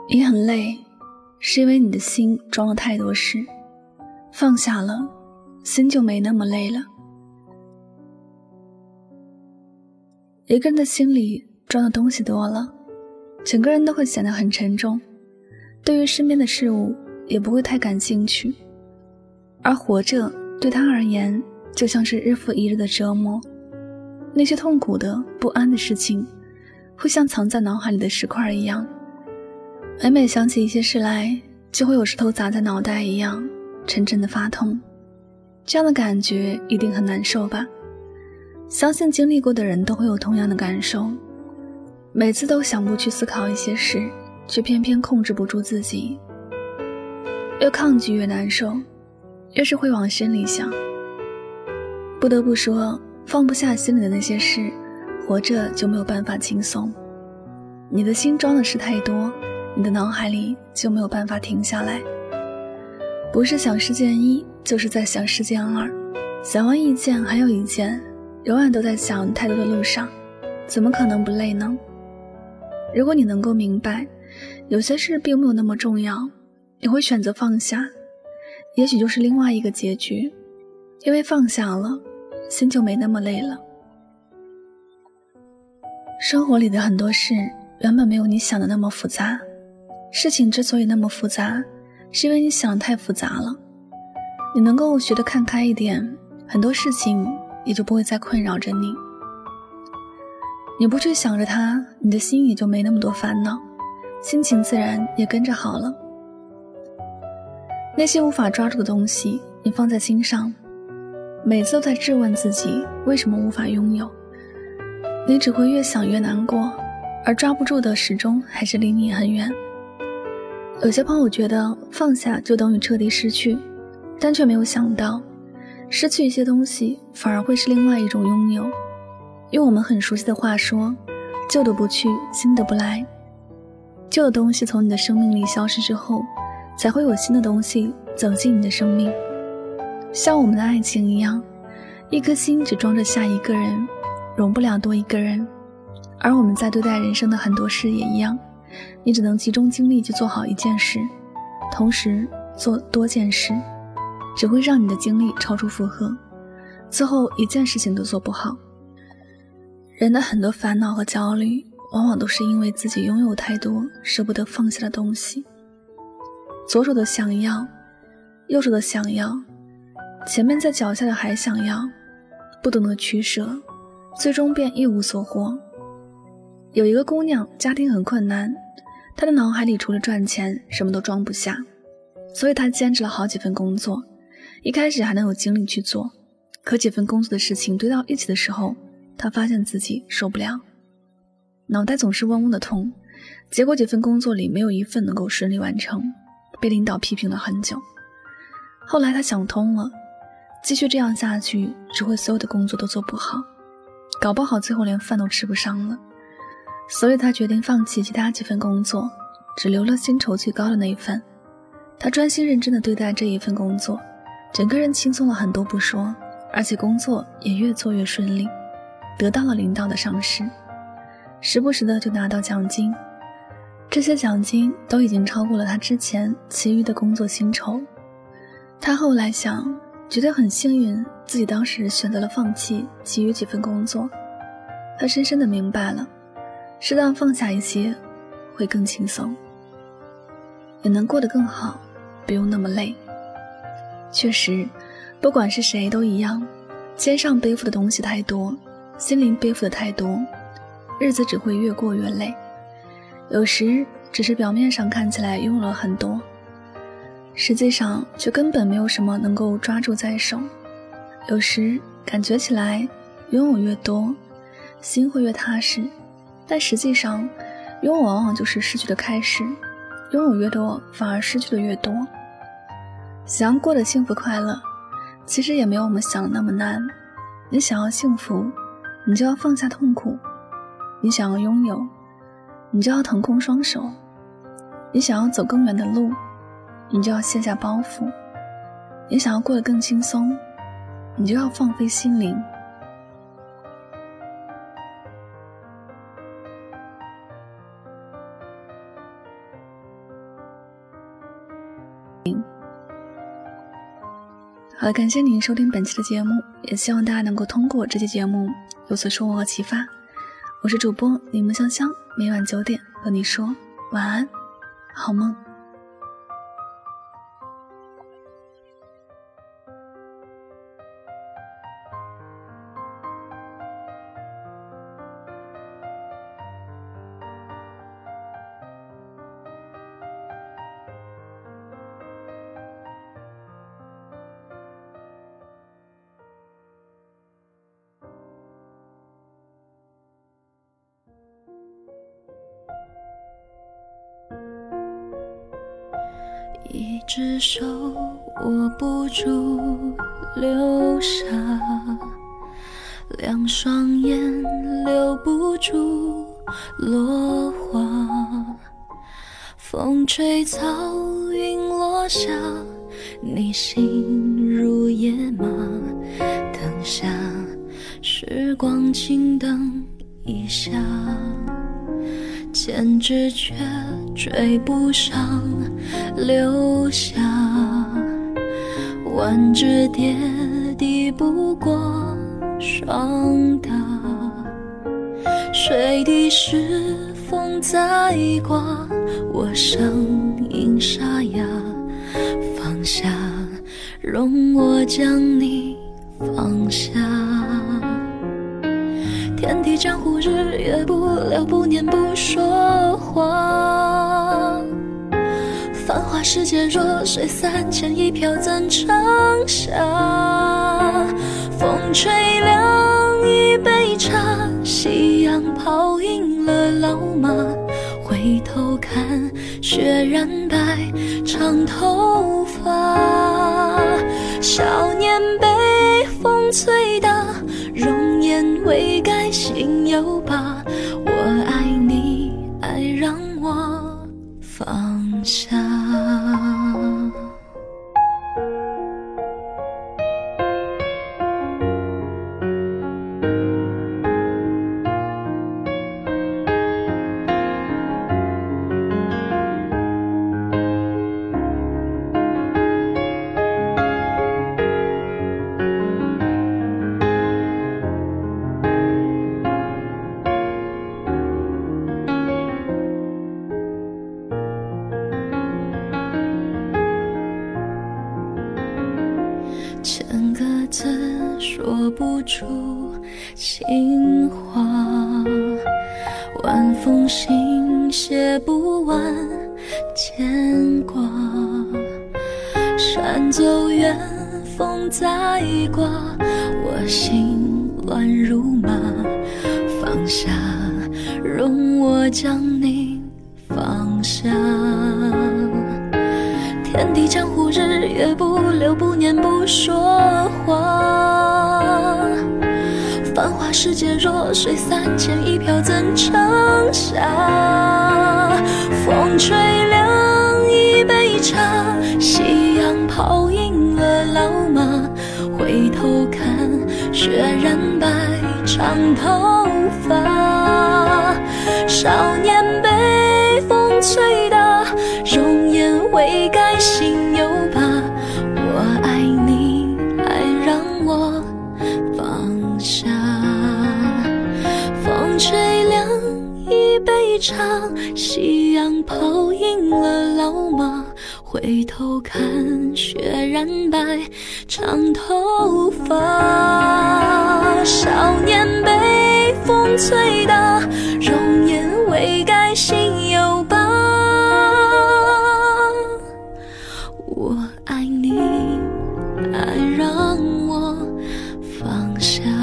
你很累，是因为你的心装了太多事，放下了，心就没那么累了。一个人的心里装的东西多了，整个人都会显得很沉重，对于身边的事物也不会太感兴趣，而活着对他而言就像是日复一日的折磨。那些痛苦的不安的事情会像藏在脑海里的石块一样，每每想起一些事来，就会有石头砸在脑袋一样沉沉的发痛。这样的感觉一定很难受吧？相信经历过的人都会有同样的感受，每次都想不去思考一些事，却偏偏控制不住自己，越抗拒越难受，越是会往心里想。不得不说，放不下心里的那些事，活着就没有办法轻松。你的心装的事太多，你的脑海里就没有办法停下来。不是想事件一，就是在想事件二，想完一件还有一件，永远都在想太多的路上，怎么可能不累呢？如果你能够明白，有些事并没有那么重要，你会选择放下，也许就是另外一个结局，因为放下了，心就没那么累了。生活里的很多事原本没有你想的那么复杂，事情之所以那么复杂，是因为你想太复杂了。你能够学得看开一点，很多事情也就不会再困扰着你。你不去想着它，你的心也就没那么多烦恼，心情自然也跟着好了。那些无法抓住的东西，你放在心上，每次都在质问自己为什么无法拥有，你只会越想越难过，而抓不住的始终还是离你很远。有些朋友觉得放下就等于彻底失去，但却没有想到，失去一些东西反而会是另外一种拥有。用我们很熟悉的话说，旧的不去，新的不来。旧的东西从你的生命里消失之后，才会有新的东西走进你的生命。像我们的爱情一样，一颗心只装着下一个人，容不了多一个人。而我们在对待人生的很多事也一样，你只能集中精力去做好一件事，同时做多件事，只会让你的精力超出负荷，最后一件事情都做不好。人的很多烦恼和焦虑，往往都是因为自己拥有太多舍不得放下的东西。左手的想要，右手的想要，前面在脚下的还想要，不懂得取舍，最终便一无所获。有一个姑娘，家庭很困难，她的脑海里除了赚钱什么都装不下，所以她兼职了好几份工作，一开始还能有精力去做，可几份工作的事情堆到一起的时候，她发现自己受不了，脑袋总是嗡嗡的痛，结果几份工作里没有一份能够顺利完成，被领导批评了很久。后来她想通了，继续这样下去只会所有的工作都做不好，搞不好最后连饭都吃不上了。所以他决定放弃其他几份工作，只留了薪酬最高的那一份。他专心认真地对待这一份工作，整个人轻松了很多不说，而且工作也越做越顺利，得到了领导的赏识，时不时的就拿到奖金。这些奖金都已经超过了他之前其余的工作薪酬。他后来想，觉得很幸运，自己当时选择了放弃其余几份工作。他深深地明白了，适当放下一些会更轻松，也能过得更好，不用那么累。确实，不管是谁都一样，肩上背负的东西太多，心灵背负的太多，日子只会越过越累。有时只是表面上看起来拥有了很多，实际上却根本没有什么能够抓住在手。有时感觉起来拥有越多，心会越踏实，但实际上拥有往往就是失去的开始，拥有越多反而失去的越多。想要过得幸福快乐，其实也没有我们想的那么难。你想要幸福，你就要放下痛苦；你想要拥有，你就要腾空双手；你想要走更远的路，你就要卸下包袱；你想要过得更轻松，你就要放飞心灵。 好了，感谢您收听本期的节目，也希望大家能够通过这期节目有所收获和启发。我是主播柠檬香香，每晚9点和你说晚安，好梦。 一只手握不住流沙，两双眼留不住落花。风吹草云落下，你心如野马。等下时光静等一下，千只却追不上留下，万只跌抵不过霜打。水滴时风在刮，我声音沙哑。放下，容我将你放下。天地江湖日月不留不念不说话，繁华世界若水散，牵一瓢怎盛下？风吹凉一杯茶，夕阳泡赢了老马。回头看，雪染白长头发。少年被风吹大，容颜未改心有疤。我爱你，爱让我放下。千个字说不出情话，万封信写不完牵挂。山走远，风在刮，我心乱如麻。放下，容我将你放下。天地江湖日月不留不念不说话，繁华世界若水散，牵一瓢怎盛下？风吹凉一杯茶，夕阳泡赢了老马。回头看，雪染白长头发。少年被风吹大，容颜未改心有疤。我爱你，爱让我放下。风吹凉一杯茶，夕阳泡赢了老马。回头看，雪染白长头发。少年被风吹大，容颜未改心有疤。我爱你，爱让我放下。